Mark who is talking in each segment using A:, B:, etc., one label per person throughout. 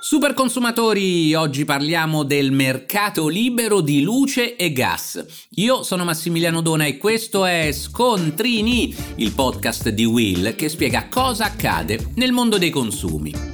A: Super consumatori, oggi parliamo del mercato libero di luce e gas. Io sono Massimiliano Dona e questo è Scontrini, il podcast di Will che spiega cosa accade nel mondo dei consumi.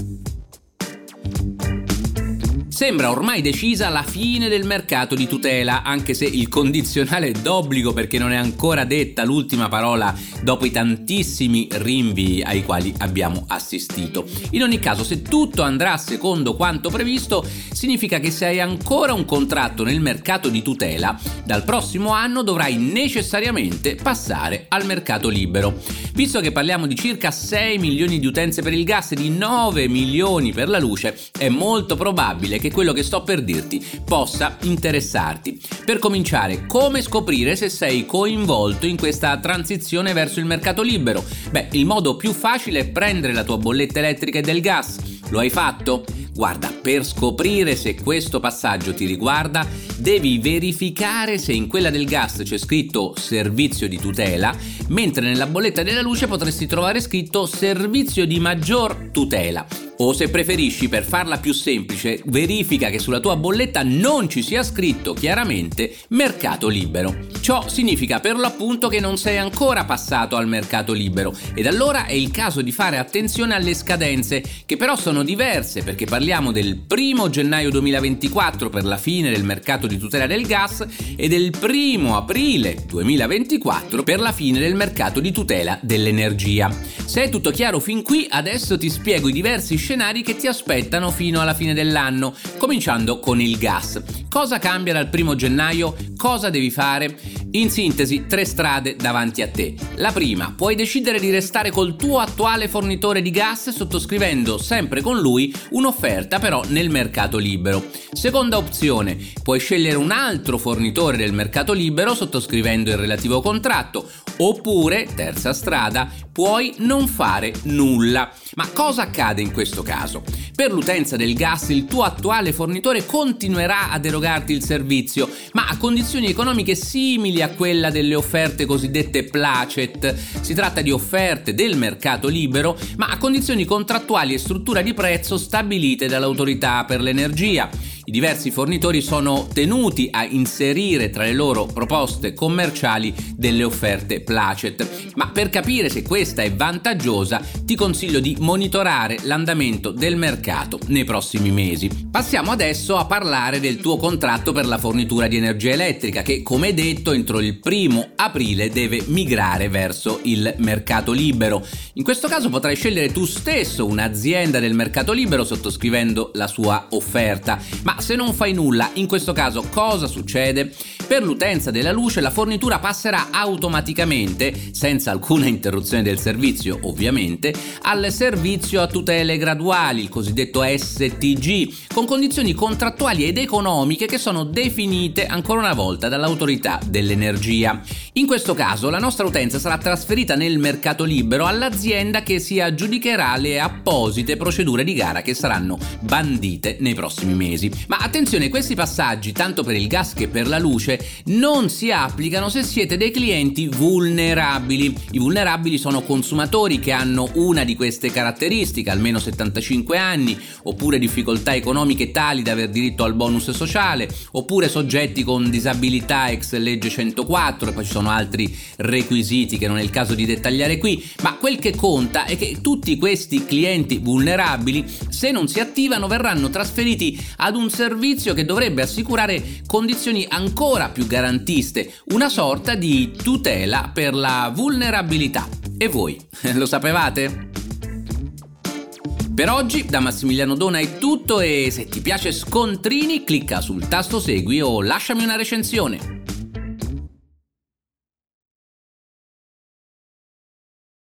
A: Sembra ormai decisa la fine del mercato di tutela, anche se il condizionale è d'obbligo perché non è ancora detta l'ultima parola dopo i tantissimi rinvii ai quali abbiamo assistito. In ogni caso, se tutto andrà secondo quanto previsto, significa che se hai ancora un contratto nel mercato di tutela, dal prossimo anno dovrai necessariamente passare al mercato libero. Visto che parliamo di circa 6 milioni di utenze per il gas e di 9 milioni per la luce, è molto probabile che quello che sto per dirti possa interessarti. Per cominciare, come scoprire se sei coinvolto in questa transizione verso il mercato libero? Il modo più facile è prendere la tua bolletta elettrica e del gas. Lo hai fatto? Guarda, per scoprire se questo passaggio ti riguarda, devi verificare se in quella del gas c'è scritto servizio di tutela, mentre nella bolletta della luce potresti trovare scritto servizio di maggior tutela. O se preferisci, per farla più semplice, verifica che sulla tua bolletta non ci sia scritto chiaramente mercato libero. Ciò significa per l'appunto che non sei ancora passato al mercato libero ed allora è il caso di fare attenzione alle scadenze, che però sono diverse perché parliamo del 1 gennaio 2024 per la fine del mercato di tutela del gas e del 1 aprile 2024 per la fine del mercato di tutela dell'energia. Se è tutto chiaro fin qui, adesso ti spiego i diversi scenari che ti aspettano fino alla fine dell'anno, cominciando con il gas. Cosa cambia dal 1 gennaio? Cosa devi fare? In sintesi, 3 strade davanti a te. La prima, puoi decidere di restare col tuo attuale fornitore di gas sottoscrivendo sempre con lui un'offerta però nel mercato libero. Seconda opzione, puoi scegliere un altro fornitore del mercato libero sottoscrivendo il relativo contratto. Oppure, terza strada, puoi non fare nulla. Ma cosa accade in questo caso? Per l'utenza del gas il tuo attuale fornitore continuerà ad erogarti il servizio, ma a condizioni economiche simili a quella delle offerte cosiddette placet. Si tratta di offerte del mercato libero, ma a condizioni contrattuali e struttura di prezzo stabilite dall'autorità per l'energia. I diversi fornitori sono tenuti a inserire tra le loro proposte commerciali delle offerte placet, ma per capire se questa è vantaggiosa ti consiglio di monitorare l'andamento del mercato nei prossimi mesi. Passiamo adesso a parlare del tuo contratto per la fornitura di energia elettrica che, come detto, entro il 1 aprile deve migrare verso il mercato libero. In questo caso potrai scegliere tu stesso un'azienda del mercato libero sottoscrivendo la sua offerta. Ma se non fai nulla, in questo caso cosa succede? Per l'utenza della luce la fornitura passerà automaticamente, senza alcuna interruzione del servizio ovviamente, al servizio a tutele graduali, il cosiddetto STG, con condizioni contrattuali ed economiche che sono definite ancora una volta dall'autorità dell'energia. In questo caso la nostra utenza sarà trasferita nel mercato libero all'azienda che si aggiudicherà le apposite procedure di gara che saranno bandite nei prossimi mesi. Ma attenzione, questi passaggi, tanto per il gas che per la luce, non si applicano se siete dei clienti vulnerabili. I vulnerabili sono consumatori che hanno una di queste caratteristiche, almeno 75 anni, oppure difficoltà economiche tali da aver diritto al bonus sociale, oppure soggetti con disabilità ex legge 104, e poi ci sono altri requisiti che non è il caso di dettagliare qui, ma quel che conta è che tutti questi clienti vulnerabili, se non si attivano, verranno trasferiti ad un servizio che dovrebbe assicurare condizioni ancora più garantiste, una sorta di tutela per la vulnerabilità. E voi, lo sapevate? Per oggi da Massimiliano Dona è tutto e se ti piace Scontrini clicca sul tasto segui o lasciami una recensione.